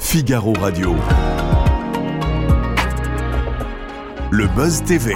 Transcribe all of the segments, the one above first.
Figaro Radio. Le Buzz TV.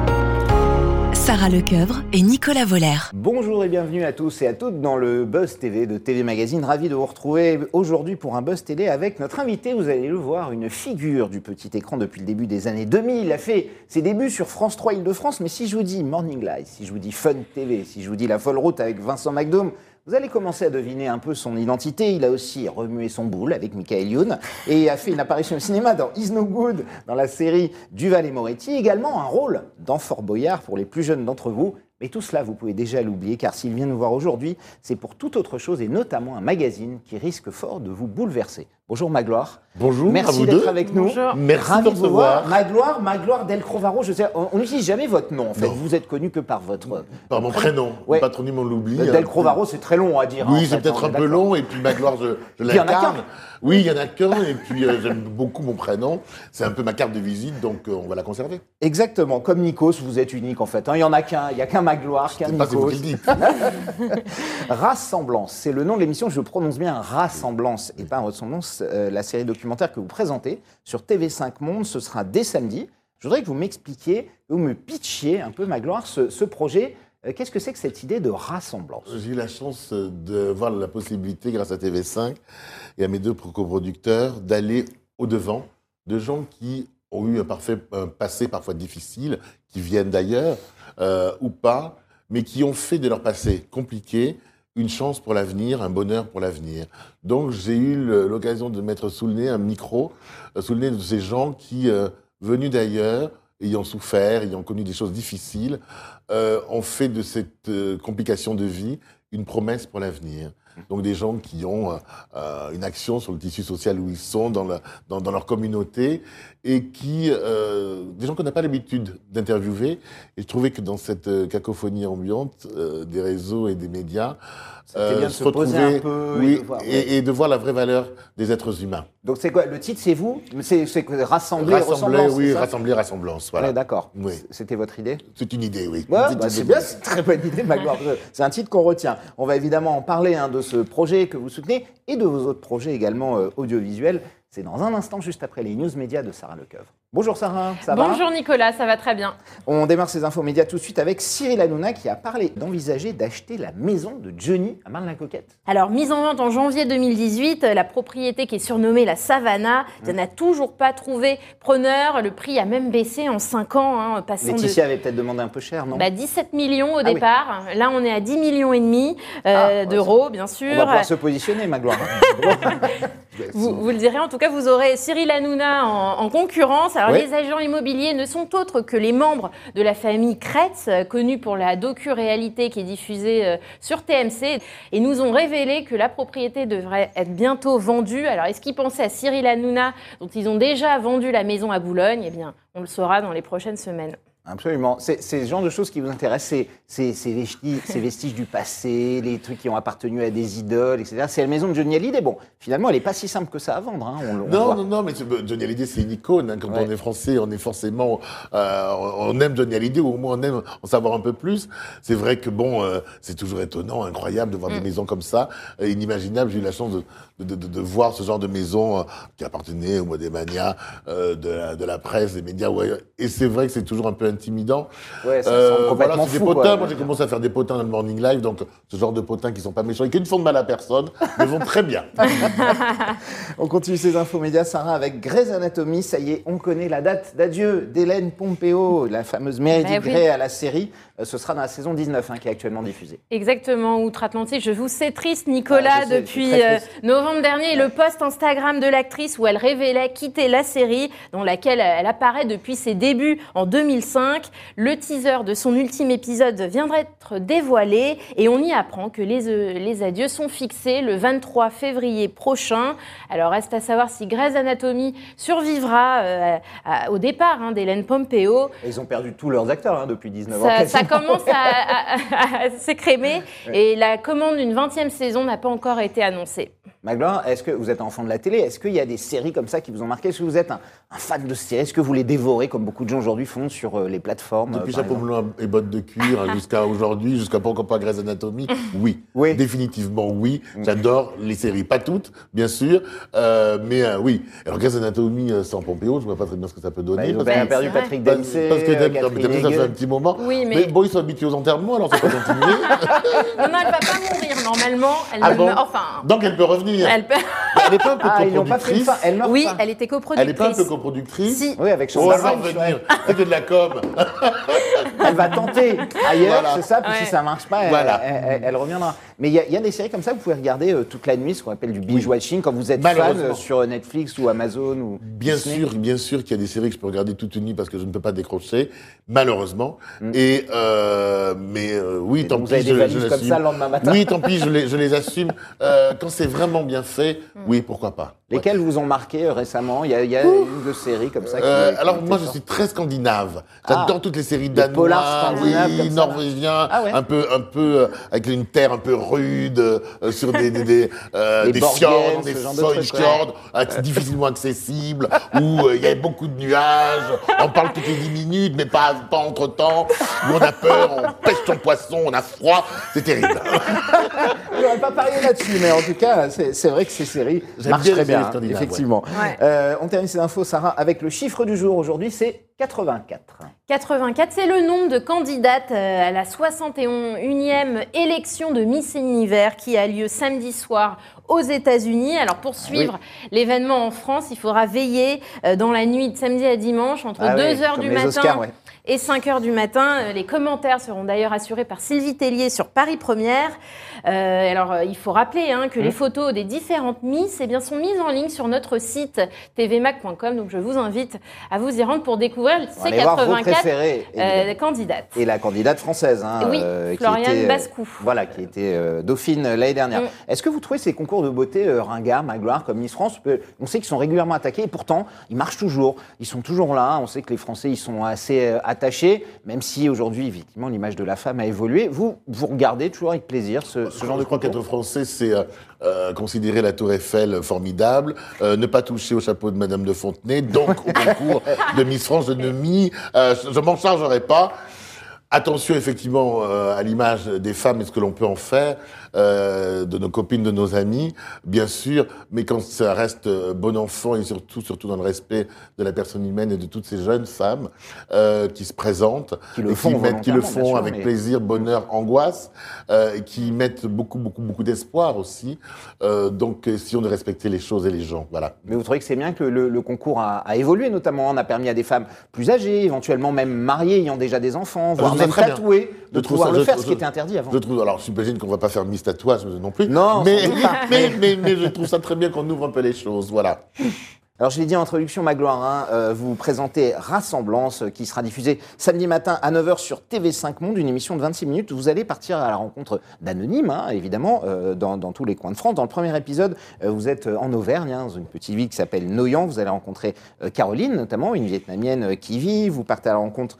Sarah Lecoeuvre et Nicolas Voller. Bonjour et bienvenue à tous et à toutes dans le Buzz TV de TV Magazine. Ravi de vous retrouver aujourd'hui pour un Buzz Télé avec notre invité, vous allez le voir, une figure du petit écran depuis le début des années 2000. Il a fait ses débuts sur France 3 Île-de-France, mais si je vous dis Morning Live, si je vous dis Fun TV, si je vous dis La Folle Route avec Vincent McDôme, vous allez commencer à deviner un peu son identité. Il a aussi remué son boule avec Michael Youn et a fait une apparition au cinéma dans Is No Good, dans la série Duval et Moretti. Également un rôle dans Fort Boyard pour les plus jeunes d'entre vous. Mais tout cela, vous pouvez déjà l'oublier, car s'il vient nous voir aujourd'hui, c'est pour toute autre chose, et notamment un magazine qui risque fort de vous bouleverser. Bonjour Magloire. Bonjour, merci d'être avec nous. Bonjour. Merci Ravi de vous voir. Magloire Del Crovaro, je sais, on n'utilise jamais votre nom en fait. Non. Vous êtes connu que par votre... Par mon prénom. Ouais. Le patronyme, on l'oublie. Del Crovaro, c'est très long à dire. Oui, c'est peut-être un peu long, et puis Magloire, je l'incarne. Il y en a qu'un. Oui, il y en a qu'un, et puis j'aime beaucoup mon prénom. C'est un peu ma carte de visite, donc on va la conserver. Exactement, comme Nikos, vous êtes unique en fait. Il n'y en a qu'un, il n'y a qu'un Magloire, qu'un Nikos. C'est vous qui le dites. Rassemblance, c'est le nom de l'émission, je prononce bien Rassemblance et pas Ressemblance, la série documentaire que vous présentez sur TV5 Monde, ce sera dès samedi. Je voudrais que vous m'expliquiez, que vous me pitchiez un peu, Magloire, ce projet. Qu'est-ce que c'est que cette idée de Rassemblance ? J'ai eu la chance de voir la possibilité, grâce à TV5 et à mes deux coproducteurs, d'aller au-devant de gens qui ont eu un passé parfois difficile, qui viennent d'ailleurs ou pas, mais qui ont fait de leur passé compliqué une chance pour l'avenir, un bonheur pour l'avenir. Donc j'ai eu l'occasion de mettre sous le nez un micro, sous le nez de ces gens qui, venus d'ailleurs, ayant souffert, ayant connu des choses difficiles, ont fait de cette complication de vie une promesse pour l'avenir. Donc des gens qui ont une action sur le tissu social où ils sont, dans leur communauté, et qui, des gens qu'on n'a pas l'habitude d'interviewer. Et je trouvais que dans cette cacophonie ambiante des réseaux et des médias, c'était bien de se poser un peu, oui, et de voir la vraie valeur des êtres humains. Donc c'est quoi, le titre c'est vous ? C'est rassembler, ressemblance, oui, c'est ça ? rassembler, ressemblance, voilà. Ouais, d'accord. Oui. C'était votre idée ? C'est une idée, oui. Ouais, c'est bien, c'est une très bonne idée, Magloire. C'est un titre qu'on retient. On va évidemment en parler de ce projet que vous soutenez et de vos autres projets également audiovisuels. C'est dans un instant, juste après les news médias de Sarah Lecoeuvre. Bonjour Sarah, ça va ? Bonjour Nicolas, ça va très bien. On démarre ces infos médias tout de suite avec Cyril Hanouna qui a parlé d'envisager d'acheter la maison de Johnny à Marne-la-Coquette. Alors, mise en vente en janvier 2018, la propriété qui est surnommée la Savannah n'a toujours pas trouvé preneur. Le prix a même baissé en 5 ans. Passant Laetitia avait peut-être demandé un peu cher, non ? 17 millions au départ. Oui. Là, on est à 10 millions et demi d'euros, bien sûr. On va pouvoir se positionner, Magloire. Vous le direz, en tout cas, vous aurez Cyril Hanouna en concurrence. Alors, les agents immobiliers ne sont autres que les membres de la famille Kretz, connus pour la docu-réalité qui est diffusée sur TMC, et nous ont révélé que la propriété devrait être bientôt vendue. Alors, est-ce qu'ils pensaient à Cyril Hanouna, dont ils ont déjà vendu la maison à Boulogne ? Eh bien, on le saura dans les prochaines semaines. Absolument. C'est ce genre de choses qui vous intéressent, ces vestiges du passé, les trucs qui ont appartenu à des idoles, etc. C'est la maison de Johnny Hallyday. Bon, finalement, elle n'est pas si simple que ça à vendre. Non, mais Johnny Hallyday, c'est une icône. Quand on est français, on est forcément... on aime Johnny Hallyday, ou au moins on aime en savoir un peu plus. C'est vrai que, c'est toujours étonnant, incroyable de voir des maisons comme ça, inimaginables. J'ai eu la chance de voir ce genre de maison qui appartenait au Modémania, de la presse, des médias. Et c'est vrai que c'est toujours un peu intimidant. Ouais, ça semble complètement c'est des fou, potins. quoi. Moi, j'ai commencé à faire des potins dans le Morning Live, donc ce genre de potins qui sont pas méchants et qui ne font de mal à personne, mais vont très bien. On continue ces infos médias, Sarah, avec Grey's Anatomy. Ça y est, on connaît la date d'adieu d'Hélène Pompeo, la fameuse Meredith Grey à la série. Ce sera dans la saison 19 qui est actuellement diffusée. Exactement, Outre-Atlantique. Je vous sais triste, Nicolas, depuis novembre dernier. Le post Instagram de l'actrice où elle révélait quitter la série dans laquelle elle apparaît depuis ses débuts en 2005. Le teaser de son ultime épisode viendrait d'être dévoilé et on y apprend que les adieux sont fixés le 23 février prochain. Alors reste à savoir si Grey's Anatomy survivra au départ d'Hélène Pompeo. Ils ont perdu tous leurs acteurs depuis 19 ans. Ça commence à s'écrémer et la commande d'une 20e saison n'a pas encore été annoncée. Magloire, est-ce que vous êtes un enfant de la télé? Est-ce qu'il y a des séries comme ça qui vous ont marqué? Est-ce que vous êtes un fan de séries? Est-ce que vous les dévorez comme beaucoup de gens aujourd'hui font sur les plateformes? Depuis Chapeau melon et bottes de cuir jusqu'à aujourd'hui, jusqu'à pourquoi pas Grey's Anatomy, oui. Définitivement oui. J'adore les séries, pas toutes, bien sûr, mais oui. Alors Grey's Anatomy sans Pompeo, je vois pas très bien ce que ça peut donner. Vous avez perdu Patrick Dempsey, parce que ça fait un petit moment. Oui, mais bon, ils sont habitués aux enterrements, alors ça peut continuer. Non, elle va pas mourir normalement. Donc elle peut revenir. Elle n'est pas un peu coproductrice. Oui, elle était coproductrice. Elle n'est pas un peu coproductrice. Si. Oui, avec Chantal. Elle va revenir. C'est que de la com. Elle va tenter ailleurs, c'est ça. Puis si ça marche pas, elle reviendra. Mais il y a des séries comme ça que vous pouvez regarder toute la nuit, ce qu'on appelle du binge watching, quand vous êtes fan sur Netflix ou Amazon ou bien sûr qu'il y a des séries que je peux regarder toute une nuit parce que je ne peux pas décrocher, malheureusement. Et oui, tant pis, je les comme ça le lendemain matin. Oui, tant pis, je les assume. Quand c'est vraiment bien fait, oui, pourquoi pas. Lesquelles vous ont marqué récemment? Il y a une de séries comme ça. Alors moi, je suis très scandinave. J'adore toutes les séries danois, norvégiens, un peu avec une terre un peu rude, sur des fjords, des fjords difficilement accessibles, où il y a beaucoup de nuages. On parle toutes les 10 minutes, mais pas entre temps. Où on a peur, on pêche son poisson, on a froid. C'est terrible. On n'aurait pas parié là-dessus, mais en tout cas, c'est vrai que ces séries marchent très bien. Effectivement. On termine ces infos, Sarah, avec le chiffre du jour. Aujourd'hui, c'est 84. 84, c'est le nombre de candidates à la 61e élection de Miss Univers qui a lieu samedi soir aux États-Unis. Alors pour suivre l'événement en France, il faudra veiller dans la nuit de samedi à dimanche entre 2h du matin Oscars, et 5h du matin. Les commentaires seront d'ailleurs assurés par Sylvie Tellier sur Paris Première. Alors, il faut rappeler que les photos des différentes Miss sont mises en ligne sur notre site tvmac.com. Donc, je vous invite à vous y rendre pour découvrir ces 84 candidates. Et la candidate française, Floriane Bascou. Voilà, qui était dauphine l'année dernière. Est-ce que vous trouvez ces concours de beauté ringards, Magloire, comme Miss France? On sait qu'ils sont régulièrement attaqués et pourtant, ils marchent toujours. Ils sont toujours là. On sait que les Français, ils sont assez attachés, même si aujourd'hui, effectivement, l'image de la femme a évolué. Vous regardez toujours avec plaisir ce genre de concours? Je crois qu'être français, c'est considérer la Tour Eiffel formidable, ne pas toucher au chapeau de Madame de Fontenay, donc au concours de Miss France, je m'en chargerai pas. Attention effectivement à l'image des femmes et ce que l'on peut en faire, de nos copines, de nos amis, bien sûr, mais quand ça reste bon enfant et surtout dans le respect de la personne humaine et de toutes ces jeunes femmes qui se présentent, qui le font avec plaisir, bonheur, angoisse, et qui mettent beaucoup d'espoir aussi. Donc, essayons de respecter les choses et les gens. Voilà. Mais vous trouvez que c'est bien que le concours a évolué, notamment, on a permis à des femmes plus âgées, éventuellement même mariées, ayant déjà des enfants, voire même tatouées, de pouvoir le faire, ce qui était interdit avant. Alors, j'imagine qu'on ne va pas faire Miss Tatouage non plus. Non, mais je trouve ça très bien qu'on ouvre un peu les choses. Voilà. Alors, je l'ai dit en introduction, Magloire, vous présentez Rassemblance, qui sera diffusée samedi matin à 9h sur TV5 Monde, une émission de 26 minutes. Vous allez partir à la rencontre d'anonymes, évidemment, dans tous les coins de France. Dans le premier épisode, vous êtes en Auvergne, dans une petite ville qui s'appelle Noyant. Vous allez rencontrer Caroline, notamment, une Vietnamienne qui y vit. Vous partez à la rencontre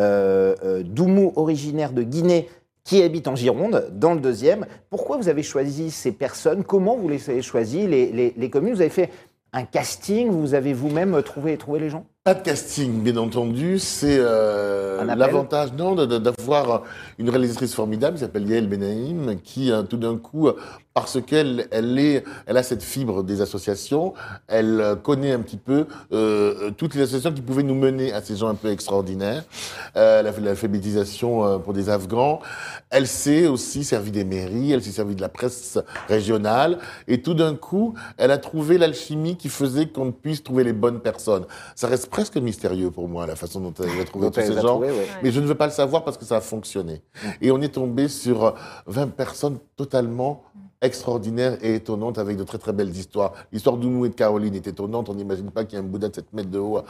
d'Oumou, originaire de Guinée, qui habite en Gironde, dans le deuxième. Pourquoi vous avez choisi ces personnes? Comment vous les avez choisies, les communes? Vous avez fait un casting? Vous avez vous-même trouvé les gens? Pas de casting, bien entendu. C'est l'avantage d'avoir une réalisatrice formidable qui s'appelle Yael Benaïm, qui tout d'un coup, parce qu'elle a cette fibre des associations, elle connaît un petit peu toutes les associations qui pouvaient nous mener à ces gens un peu extraordinaires. Elle a fait de l'alphabétisation pour des Afghans. Elle s'est aussi servie des mairies, elle s'est servie de la presse régionale. Et tout d'un coup, elle a trouvé l'alchimie qui faisait qu'on puisse trouver les bonnes personnes. Ça reste presque mystérieux pour moi, la façon dont elle a trouvé tous ces gens. Mais je ne veux pas le savoir parce que ça a fonctionné. Et on est tombé sur 20 personnes totalement extraordinaire et étonnante, avec de très très belles histoires. L'histoire d'Oumou et de Caroline est étonnante. On n'imagine pas qu'il y a un Bouddha de 7 mètres de haut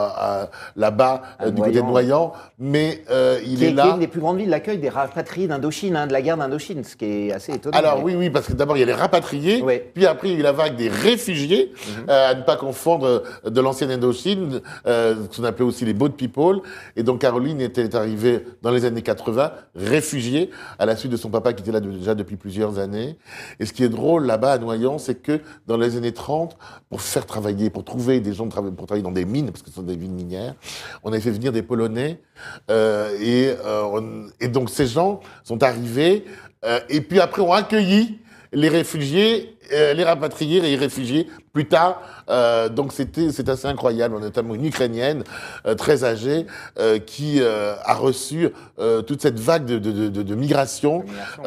là-bas, du côté de Noyant, mais il est là. Qui est une des plus grandes villes, l'accueil des rapatriés d'Indochine, de la guerre d'Indochine, ce qui est assez étonnant. Alors oui, parce que d'abord il y a les rapatriés, puis après il y a eu la vague des réfugiés, à ne pas confondre de l'ancienne Indochine, ce qu'on appelait aussi les boat people. Et donc Caroline était arrivée dans les années 80, réfugiée, à la suite de son papa qui était là déjà depuis plusieurs années. Et ce qui est drôle là-bas à Noyon, c'est que dans les années 30, pour trouver des gens pour travailler dans des mines, parce que ce sont des mines minières, on avait fait venir des Polonais, et donc ces gens sont arrivés, et puis après ont accueilli les réfugiés, les rapatriés et les réfugiés plus tard. Donc c'est assez incroyable, notamment une Ukrainienne très âgée qui a reçu toute cette vague de migration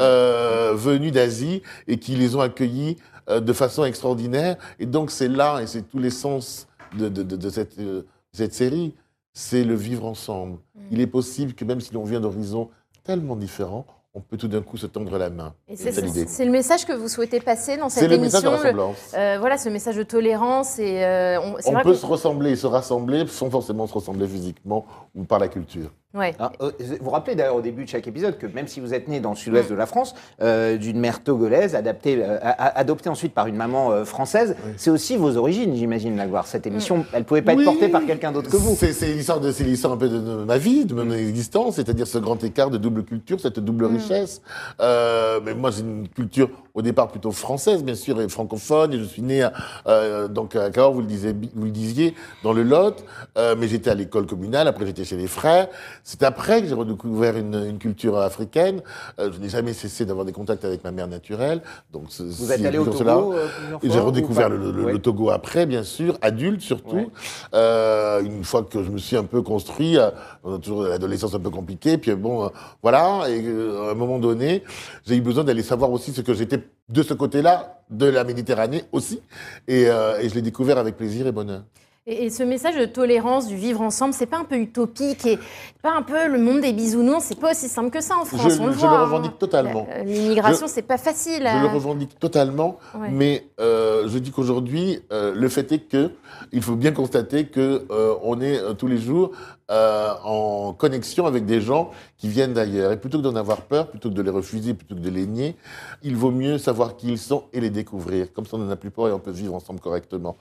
venue d'Asie et qui les ont accueillis de façon extraordinaire. Et donc c'est là, et c'est tous les sens de cette série, c'est le vivre ensemble. Il est possible que même si l'on vient d'horizons tellement différents, on peut tout d'un coup se tendre la main. Et c'est le message que vous souhaitez passer dans cette émission. C'est le message de ressemblance. Voilà, ce message de tolérance. On peut se ressembler et se rassembler sans forcément se ressembler physiquement ou par la culture. Ouais. Alors, vous vous rappelez d'ailleurs au début de chaque épisode que même si vous êtes né dans le sud-ouest de la France, d'une mère togolaise, adoptée ensuite par une maman française, c'est aussi vos origines, j'imagine, Lagouare. Cette émission, elle ne pouvait pas être portée par quelqu'un d'autre que vous. C'est l'histoire un peu de ma vie, de mon existence, c'est-à-dire ce grand écart de double culture, cette double richesse. Mais moi, j'ai une culture au départ plutôt française, bien sûr, et francophone, et je suis né donc à Cahors, vous le disiez, dans le Lot, mais j'étais à l'école communale, après j'étais chez les frères. C'est après que j'ai redécouvert une culture africaine. Je n'ai jamais cessé d'avoir des contacts avec ma mère naturelle. Donc, vous êtes allé au Togo J'ai redécouvert le Togo après, bien sûr, adulte surtout. Une fois que je me suis un peu construit, on a toujours l'adolescence un peu compliquée, puis bon, voilà. Et à un moment donné, j'ai eu besoin d'aller savoir aussi ce que j'étais de ce côté-là, de la Méditerranée aussi. Et je l'ai découvert avec plaisir et bonheur. Et ce message de tolérance, du vivre ensemble, c'est pas un peu utopique et pas un peu le monde des bisounours, c'est pas aussi simple que ça en France, on le voit. Je le revendique totalement. L'immigration, c'est pas facile. Je le revendique totalement, mais je dis qu'aujourd'hui, le fait est que il faut bien constater que on est tous les jours en connexion avec des gens qui viennent d'ailleurs. Et plutôt que d'en avoir peur, plutôt que de les refuser, plutôt que de les nier, il vaut mieux savoir qui ils sont et les découvrir. Comme ça, on n'en a plus peur et on peut vivre ensemble correctement.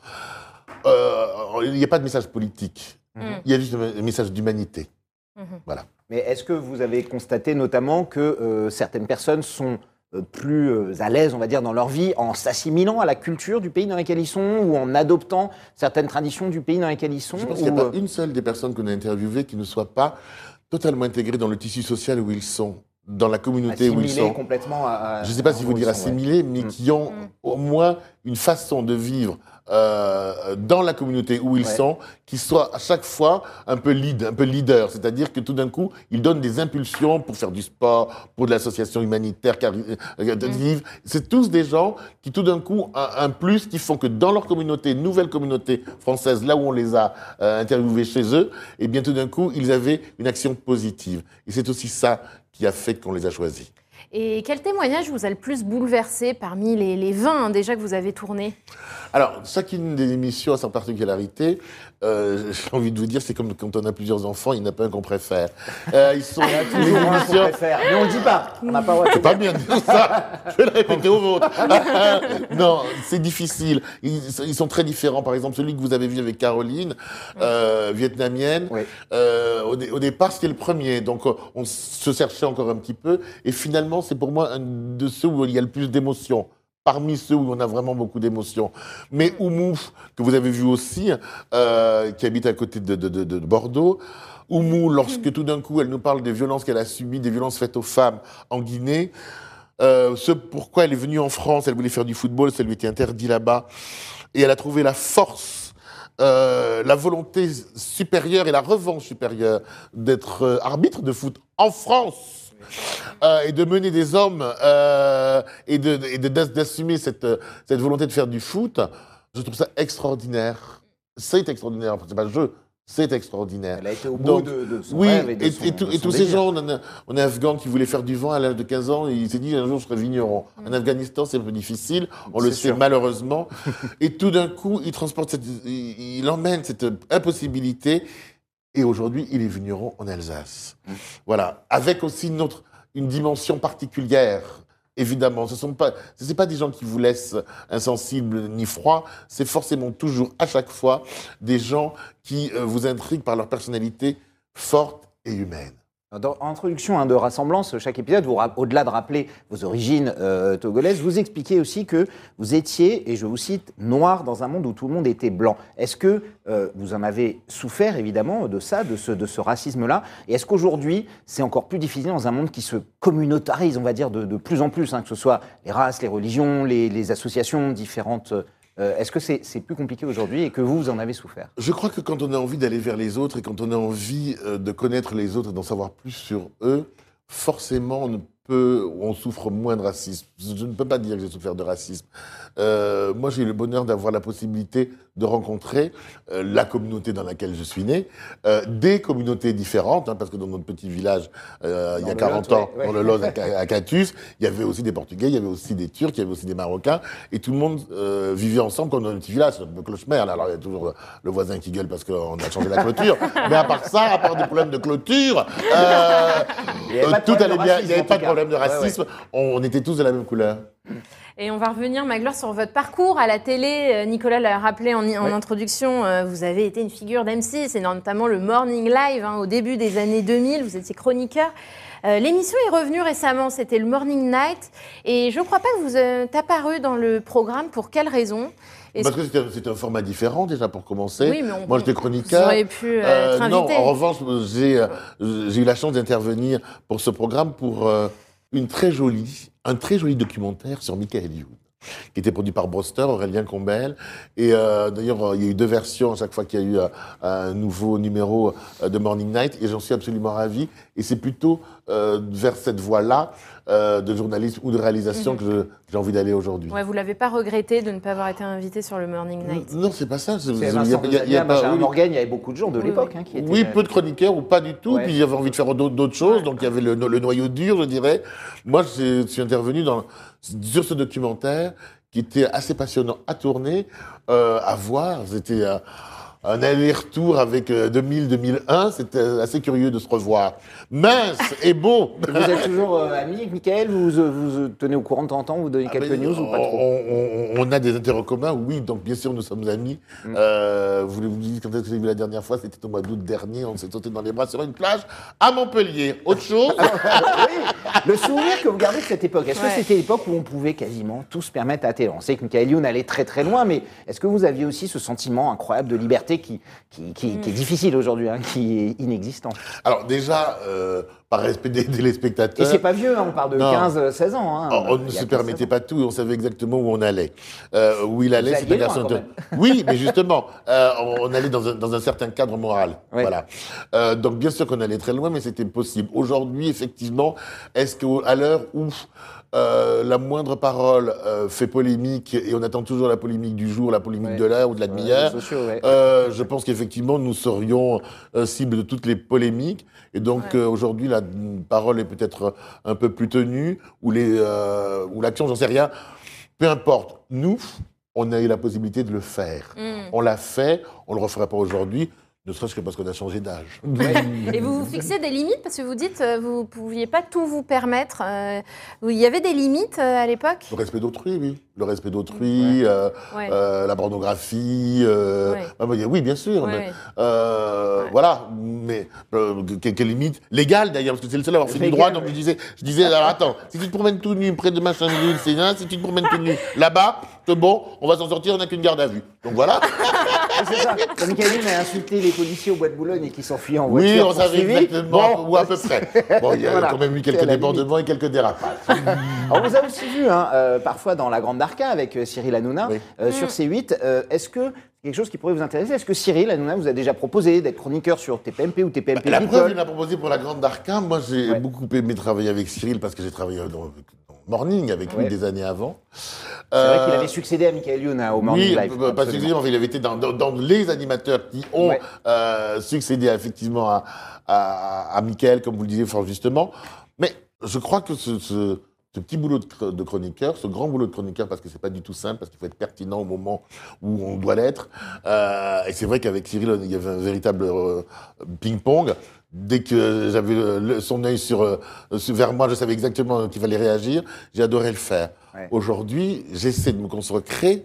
Il n'y a pas de message politique. Il y a juste un message d'humanité. Voilà. Mais est-ce que vous avez constaté notamment que certaines personnes sont plus à l'aise, on va dire, dans leur vie en s'assimilant à la culture du pays dans lequel ils sont ou en adoptant certaines traditions du pays dans lequel ils sont? Je pense qu'il n'y a pas une seule des personnes qu'on a interviewées qui ne soit pas totalement intégrée dans le tissu social où ils sont, dans la communauté où ils sont. Complètement à je ne sais pas si vous dire assimilés, mais qui ont au moins une façon de vivre dans la communauté où ils sont, qui soit à chaque fois un peu leader, c'est-à-dire que tout d'un coup, ils donnent des impulsions pour faire du sport, pour de l'association humanitaire, c'est tous des gens qui tout d'un coup, un plus, qui font que dans leur communauté, nouvelle communauté française, là où on les a interviewés chez eux, et bien tout d'un coup, ils avaient une action positive. Et c'est aussi ça qui a fait qu'on les a choisis. Et quel témoignage vous a le plus bouleversé parmi les 20 déjà que vous avez tournés? Alors, chacune des émissions a sa particularité. J'ai envie de vous dire, c'est comme quand on a plusieurs enfants, il n'y en a pas un qu'on préfère. Ils sont toujours un qu'on préfère. Mais on ne le dit pas. On n'a pas. C'est pas bien de dire ça. Je vais le répéter au vôtre. Non, c'est difficile. Ils sont très différents. Par exemple, celui que vous avez vu avec Caroline, vietnamienne. Au départ, c'était le premier. Donc, on se cherchait encore un petit peu. Et finalement, c'est pour moi un de ceux où il y a le plus d'émotions. Parmi ceux où on a vraiment beaucoup d'émotions. Mais Oumou, que vous avez vu aussi, qui habite à côté de Bordeaux, Oumou, lorsque tout d'un coup, elle nous parle des violences qu'elle a subies, des violences faites aux femmes en Guinée, ce pourquoi elle est venue en France, elle voulait faire du football, ça lui était interdit là-bas, et elle a trouvé la force, la volonté supérieure et la revanche supérieure d'être arbitre de foot en France. Et de mener des hommes et d'assumer cette volonté de faire du foot, je trouve ça extraordinaire. C'est extraordinaire. C'est pas le jeu, c'est extraordinaire. Elle a été au bout de son rêve et de son et tous ces gens, on a un Afghan qui voulait faire du vent à l'âge de 15 ans et il s'est dit un jour je serai vigneron. En Afghanistan, c'est un peu difficile, on le sait malheureusement. Et tout d'un coup, il emmène cette impossibilité. Et aujourd'hui, il est vigneron en Alsace. Voilà. Avec aussi une dimension particulière, évidemment. Ce ne sont pas des gens qui vous laissent insensibles ni froids. C'est forcément toujours, à chaque fois, des gens qui vous intriguent par leur personnalité forte et humaine. Dans introduction de Rassemblance, chaque épisode, au-delà de rappeler vos origines togolaises, vous expliquez aussi que vous étiez, et je vous cite, noir dans un monde où tout le monde était blanc. Est-ce que vous en avez souffert, évidemment, de ça, de ce racisme-là? Et est-ce qu'aujourd'hui, c'est encore plus difficile dans un monde qui se communautarise, on va dire, de plus en plus, que ce soit les races, les religions, les associations différentes? Est-ce que c'est plus compliqué aujourd'hui et que vous en avez souffert? Je crois que quand on a envie d'aller vers les autres et quand on a envie de connaître les autres et d'en savoir plus sur eux, forcément on souffre moins de racisme. Je ne peux pas dire que j'ai souffert de racisme. Moi, j'ai eu le bonheur d'avoir la possibilité de rencontrer la communauté dans laquelle je suis né, des communautés différentes, parce que dans notre petit village, il y a 40 ans, dans le Lot, à Catus, il y avait aussi des Portugais, il y avait aussi des Turcs, il y avait aussi des Marocains, et tout le monde vivait ensemble comme dans un petit village, c'est notre cloche-mère. Alors, il y a toujours le voisin qui gueule parce qu'on a changé la clôture. Mais à part ça, à part des problèmes de clôture, tout allait bien, il n'y avait pas de problème de racisme, on était tous de la même couleur. Et on va revenir, Magloire, sur votre parcours à la télé. Nicolas l'a rappelé en introduction, vous avez été une figure d'M6, et notamment le Morning Live au début des années 2000, vous étiez chroniqueur. L'émission est revenue récemment, c'était le Morning Night, et je ne crois pas que vous êtes apparu dans le programme. Pour quelle raison? Parce que c'était un format différent déjà pour commencer. Oui, mais moi j'étais chroniqueur. Vous auriez pu être invité. Non, en revanche, j'ai eu la chance d'intervenir pour ce programme pour un très joli documentaire sur Michael Youn, qui était produit par Broster, Aurélien Combel. Et d'ailleurs, il y a eu 2 versions à chaque fois qu'il y a eu un nouveau numéro de Morning Night, et j'en suis absolument ravi. Et c'est plutôt vers cette voie-là de journalisme ou de réalisation que j'ai envie d'aller aujourd'hui. Ouais, vous ne l'avez pas regretté de ne pas avoir été invité sur le Morning Night? Non, c'est pas ça. Il y a Morgan, il y avait beaucoup de gens de l'époque qui étaient... Oui, peu de chroniqueurs ou pas du tout. Ouais. Puis j'avais envie de faire d'autres choses. Donc il y avait le noyau dur, je dirais. Moi, je suis intervenu sur ce documentaire qui était assez passionnant à tourner, à voir. C'était un aller-retour avec 2000-2001. C'était assez curieux de se revoir. Mince et beau. Vous êtes toujours amis avec Michael? Vous tenez au courant de temps en temps? Vous donnez quelques news ou pas trop? On a des intérêts communs, oui. Donc bien sûr, nous sommes amis. Vous vous dites quand est-ce que j'ai vu la dernière fois? C'était au mois d'août dernier. On s'est sauté dans les bras sur une plage à Montpellier. Autre chose? Oui. Le souvenir que vous gardez de cette époque, est-ce que c'était l'époque où on pouvait quasiment tout se permettre à la télé? On sait que Michael Youn allait très très loin, mais est-ce que vous aviez aussi ce sentiment incroyable de liberté qui est difficile aujourd'hui, qui est inexistant? Alors déjà, par respect des téléspectateurs... Et c'est pas vieux, on parle de 15-16 ans. On ne se permettait pas tout, on savait exactement où on allait. Où il allait, c'est un garçon... Oui, mais justement, on allait dans un certain cadre moral. Oui. Voilà. Donc bien sûr qu'on allait très loin, mais c'était possible. Aujourd'hui, effectivement, est-ce qu'à l'heure où la moindre parole fait polémique, et on attend toujours la polémique du jour, la polémique de l'heure ou de la demi-heure, je pense qu'effectivement nous serions cible de toutes les polémiques, et donc aujourd'hui la parole est peut-être un peu plus tenue, ou l'action, j'en sais rien, peu importe. Nous, on a eu la possibilité de le faire. On l'a fait, on le referait pas aujourd'hui. Ne serait-ce que parce qu'on a changé d'âge. Et vous vous fixez des limites? Parce que vous dites vous ne pouviez pas tout vous permettre. Il y avait des limites à l'époque? Le respect d'autrui, oui. Le respect d'autrui, la pornographie. Oui, bien sûr. Mais, voilà. Mais quelles limites? Légales, d'ailleurs, parce que c'est le seul à avoir fait du droit. Donc je disais, alors attends, si tu te promènes tout nu près de machin nul, c'est nain. Si tu te promènes tout nu là-bas, c'est bon, on va s'en sortir, on n'a qu'une garde à vue. Donc voilà. C'est ça. Michael Youn a insulté les policiers au bois de Boulogne et qui s'enfuyaient en voiture. Oui, on savait exactement, ou à peu près. Bon, il y a quand même eu quelques débordements et quelques dérapages. On vous a aussi vu, parfois dans La Grande Darka avec Cyril Hanouna, sur C8. Est-ce que quelque chose qui pourrait vous intéresser? Est-ce que Cyril Hanouna vous a déjà proposé d'être chroniqueur sur TPMP ou TPMP La preuve, il m'a proposé pour La Grande Darka. Moi, j'ai beaucoup aimé travailler avec Cyril parce que j'ai travaillé dans Morning avec lui des années avant. C'est vrai qu'il avait succédé à Michael Youn au Morning Live. Oui, parce qu'il avait été dans les animateurs qui ont succédé effectivement à Michael, comme vous le disiez fort justement. Mais je crois que ce petit boulot de chroniqueur, ce grand boulot de chroniqueur, parce que c'est pas du tout simple, parce qu'il faut être pertinent au moment où on doit l'être. Et c'est vrai qu'avec Cyril, il y avait un véritable ping-pong. Dès que j'avais son œil vers moi, je savais exactement qu'il fallait réagir. J'ai adoré le faire. Aujourd'hui, j'essaie de me consacrer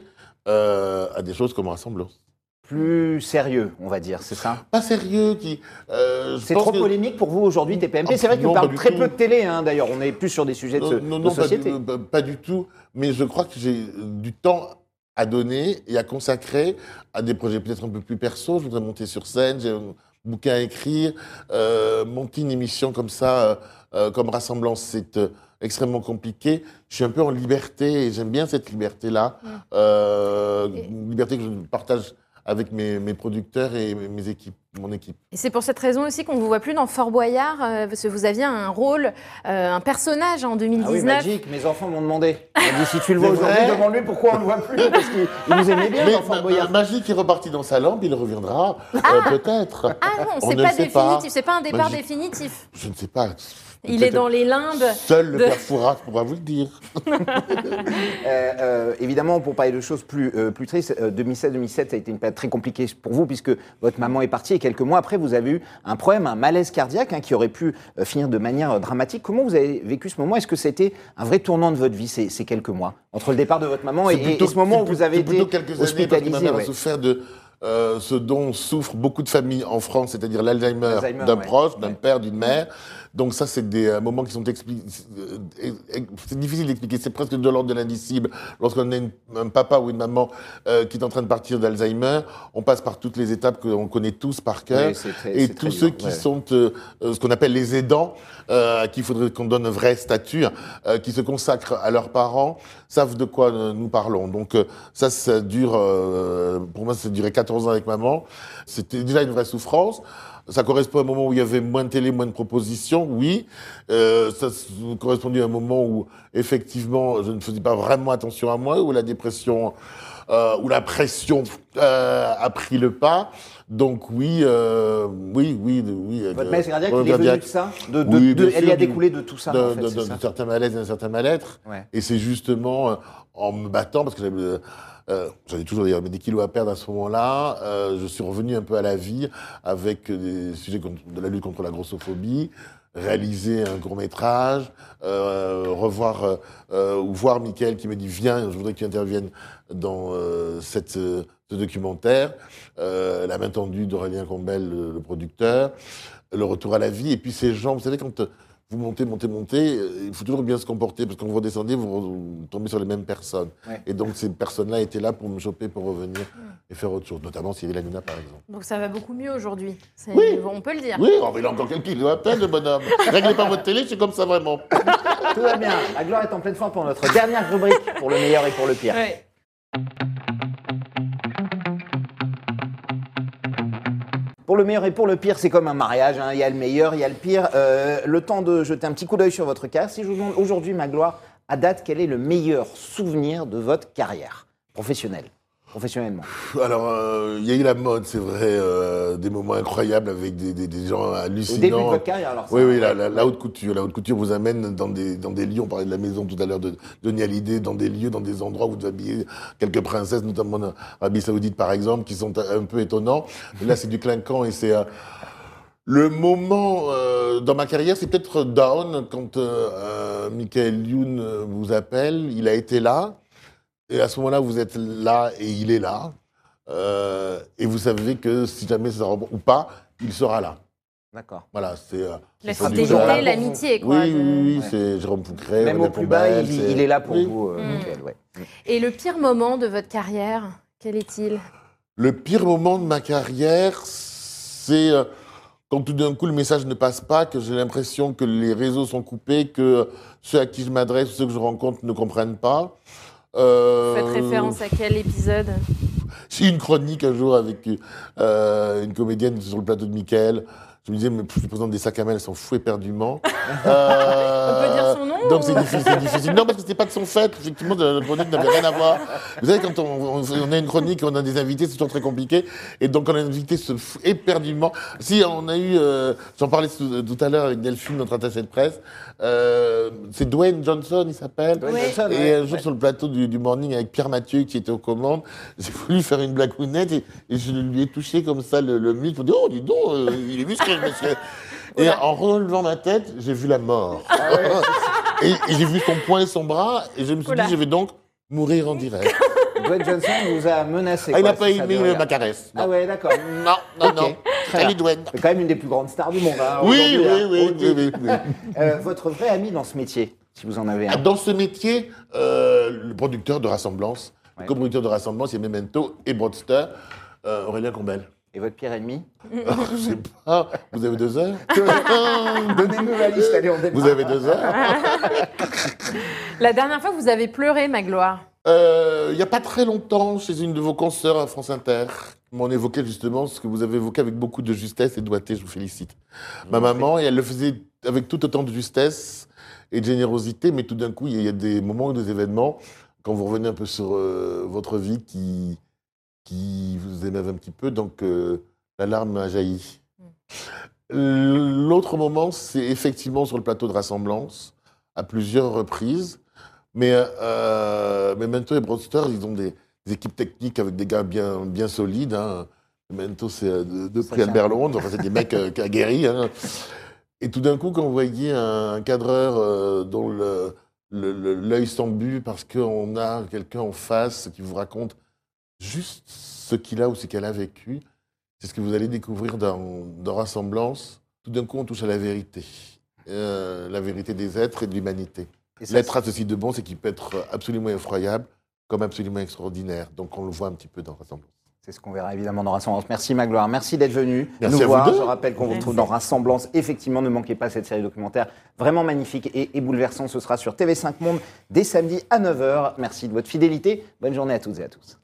à des choses comme Rassemblance. Plus sérieux, on va dire, c'est ça? Pas sérieux, C'est trop polémique pour vous aujourd'hui, TPMP. C'est vrai qu'on parle très peu de télé, d'ailleurs. On est plus sur des sujets de société. Pas du tout. Mais je crois que j'ai du temps à donner et à consacrer à des projets peut-être un peu plus perso. Je voudrais monter sur scène, j'ai un bouquin à écrire. Monter une émission comme ça, comme Rassemblance, c'est extrêmement compliqué. Je suis un peu en liberté et j'aime bien cette liberté-là. Une liberté que je partage avec mes producteurs et mes équipes, mon équipe. Et c'est pour cette raison aussi qu'on ne vous voit plus dans Fort Boyard, parce que vous aviez un rôle, un personnage en 2019. Ah oui, magique, mes enfants m'ont demandé. Ils m'ont dit, si tu le vois aujourd'hui, demande-lui pourquoi on ne le voit plus, parce qu'il vous aimait bien dans Fort Boyard. Magique est reparti dans sa lampe, il reviendra, peut-être. Ah non, c'est pas définitif, c'est pas un départ définitif. Je ne sais pas. Il est dans les limbes. Seul le père Fouras pourra vous le dire. Évidemment, pour parler de choses plus tristes, 2016-2017, ça a été une période très compliquée pour vous, puisque votre maman est partie et quelques mois après, vous avez eu un problème, un malaise cardiaque qui aurait pu finir de manière dramatique. Comment vous avez vécu ce moment ? Est-ce que c'était un vrai tournant de votre vie, ces quelques mois, entre le départ de votre maman et ce moment où vous avez été hospitalisé? Ma mère a souffert de ce dont souffrent beaucoup de familles en France, c'est-à-dire l'Alzheimer d'un proche, d'un père, d'une mère. Donc ça, c'est des moments qui sont c'est difficile d'expliquer. C'est presque de l'ordre de l'indicible. Lorsqu'on a un papa ou une maman qui est en train de partir d'Alzheimer, on passe par toutes les étapes qu'on connaît tous par cœur. Oui, et tous ceux qui sont ce qu'on appelle les aidants, à qui il faudrait qu'on donne un vrai statut, qui se consacrent à leurs parents, savent de quoi nous parlons. Donc ça dure, pour moi, ça durait 14 ans avec maman. C'était déjà une vraie souffrance. Ça correspond à un moment où il y avait moins de télé, moins de propositions, oui. Ça correspondait à un moment où, effectivement, je ne faisais pas vraiment attention à moi, où la dépression, où la pression a pris le pas. Donc oui. Votre malaise cardiaque, il est venu de ça elle a découlé de tout ça, de certains malaises et d'un certain mal-être. Ouais. Et c'est justement en me battant, parce que j'avais toujours des kilos à perdre à ce moment-là. Je suis revenu un peu à la vie avec des sujets de la lutte contre la grossophobie, réaliser un court-métrage, revoir ou voir Mickaël qui me dit « Viens, je voudrais que tu interviennes dans ce documentaire ». La main tendue d'Aurélien Combel, le producteur, le retour à la vie. Et puis ces gens, vous savez, quand vous montez, il faut toujours bien se comporter, parce que quand vous redescendez, vous tombez sur les mêmes personnes. Ouais. Et donc ces personnes-là étaient là pour me choper, pour revenir et faire autre chose, notamment Cyril Hanouna, par exemple. Donc ça va beaucoup mieux aujourd'hui, oui. On peut le dire. Oui, il a encore quelques kilos à peine, le bonhomme. Réglez pas votre télé, c'est comme ça vraiment. Tout va bien, la gloire est en pleine forme pour notre dernière rubrique, pour le meilleur et pour le pire. Ouais. Pour le meilleur et pour le pire, c'est comme un mariage, il y a le meilleur, il y a le pire. Le temps de jeter un petit coup d'œil sur votre carrière. Si je vous demande aujourd'hui, Magloire, à date, quel est le meilleur souvenir de votre carrière professionnellement ? Alors, il y a eu la mode, c'est vrai, des moments incroyables avec des gens hallucinants. Au début de votre carrière, alors ça, Oui, la haute couture. La haute couture vous amène dans des lieux, on parlait de la maison tout à l'heure de Denis Hallyday, dans des lieux, dans des endroits où vous habillez quelques princesses, notamment en Arabie Saoudite par exemple, qui sont un peu étonnants. Mais là, c'est du clinquant et c'est... Le moment dans ma carrière, c'est peut-être Down, quand Michael Youn vous appelle, il a été là. Et à ce moment-là, vous êtes là et il est là. Et vous savez que si jamais ça rebond ou pas, il sera là. D'accord. Voilà, c'est... la fidélité, l'amitié, quoi. Oui, c'est Jérôme Foucret. Même au plus bas, il est là pour vous, Michael. Ouais. Et le pire moment de votre carrière, quel est-il ? Le pire moment de ma carrière, c'est quand tout d'un coup le message ne passe pas, que j'ai l'impression que les réseaux sont coupés, que ceux à qui je m'adresse, ceux que je rencontre ne comprennent pas. Vous faites référence à quel épisode ? J'ai eu une chronique un jour avec une comédienne sur le plateau de Mickaël. Je me disais, mais je présente des sacs à main, elles s'en fout éperdument. On peut dire son nom ? Donc c'est difficile. Non, parce que c'était pas de son fait. Effectivement, la chronique n'avait rien à voir. Vous savez, quand on a une chronique, on a des invités, c'est toujours très compliqué. Et donc, on a un invité se fout éperdument. Si, on a eu, j'en parlais tout à l'heure avec Delphine, notre attachée de presse. C'est Dwayne Johnson, il s'appelle. Dwayne Johnson, et un jour, sur le plateau du Morning avec Pierre Mathieu, qui était aux commandes, j'ai voulu faire une blagounette et je lui ai touché comme ça le muscle. Il m'a dit, oh, dis donc, il est musclé, monsieur. Et en relevant ma tête, j'ai vu la mort. Et j'ai vu son poing et son bras, et je me suis dit, je vais donc mourir en direct. Dwayne Johnson vous a menacé. Il quoi, n'a pas c'est ça, aimé derrière. ma caresse. Ah ouais, d'accord. Non, non, Ok, non. très Salut bien. Dwayne. C'est quand même une des plus grandes stars du monde. Hein, Oui, aujourd'hui, hein. oui, Ok. oui, oui, oui. Votre vrai ami dans ce métier, si vous en avez un. Dans ce métier, le producteur de Rassemblance, Ouais. le co-producteur de Rassemblance, il y a Memento et Broadster, Aurélien Combel. Et votre pire ennemi? Je sais pas, vous avez 2 heures Donnez-nous la liste, allez, on démarre. Vous avez 2 heures La dernière fois, vous avez pleuré, Magloire. Il n'y a pas très longtemps, chez une de vos consoeurs à France Inter, m'en évoquait justement ce que vous avez évoqué avec beaucoup de justesse et de doigté, je vous félicite. Ma maman, et elle le faisait avec tout autant de justesse et de générosité, mais tout d'un coup, il y a des moments ou des événements, quand vous revenez un peu sur votre vie, qui vous émeuvent un petit peu, donc la larme a jailli. L'autre moment, c'est effectivement sur le plateau de Rassemblance, à plusieurs reprises. Mais Memento et Broadster, ils ont des équipes techniques avec des gars bien solides. Hein. Memento, c'est de prix Albert Londres. Enfin, c'est des mecs aguerris. Hein. Et tout d'un coup, quand vous voyez un cadreur dont l'œil s'embue parce qu'on a quelqu'un en face qui vous raconte juste ce qu'il a ou ce qu'elle a vécu, c'est ce que vous allez découvrir dans Rassemblance. Tout d'un coup, on touche à la vérité des êtres et de l'humanité. L'être a ceci de bon, c'est qu'il peut être absolument effroyable comme absolument extraordinaire. Donc on le voit un petit peu dans Rassemblance. C'est ce qu'on verra évidemment dans Rassemblance. Merci Magloire, merci d'être venu Merci nous à voir. vous deux. Je rappelle qu'on vous retrouve dans Rassemblance. Effectivement, ne manquez pas cette série documentaire vraiment magnifique et bouleversante. Ce sera sur TV5 Monde dès samedi à 9h. Merci de votre fidélité. Bonne journée à toutes et à tous.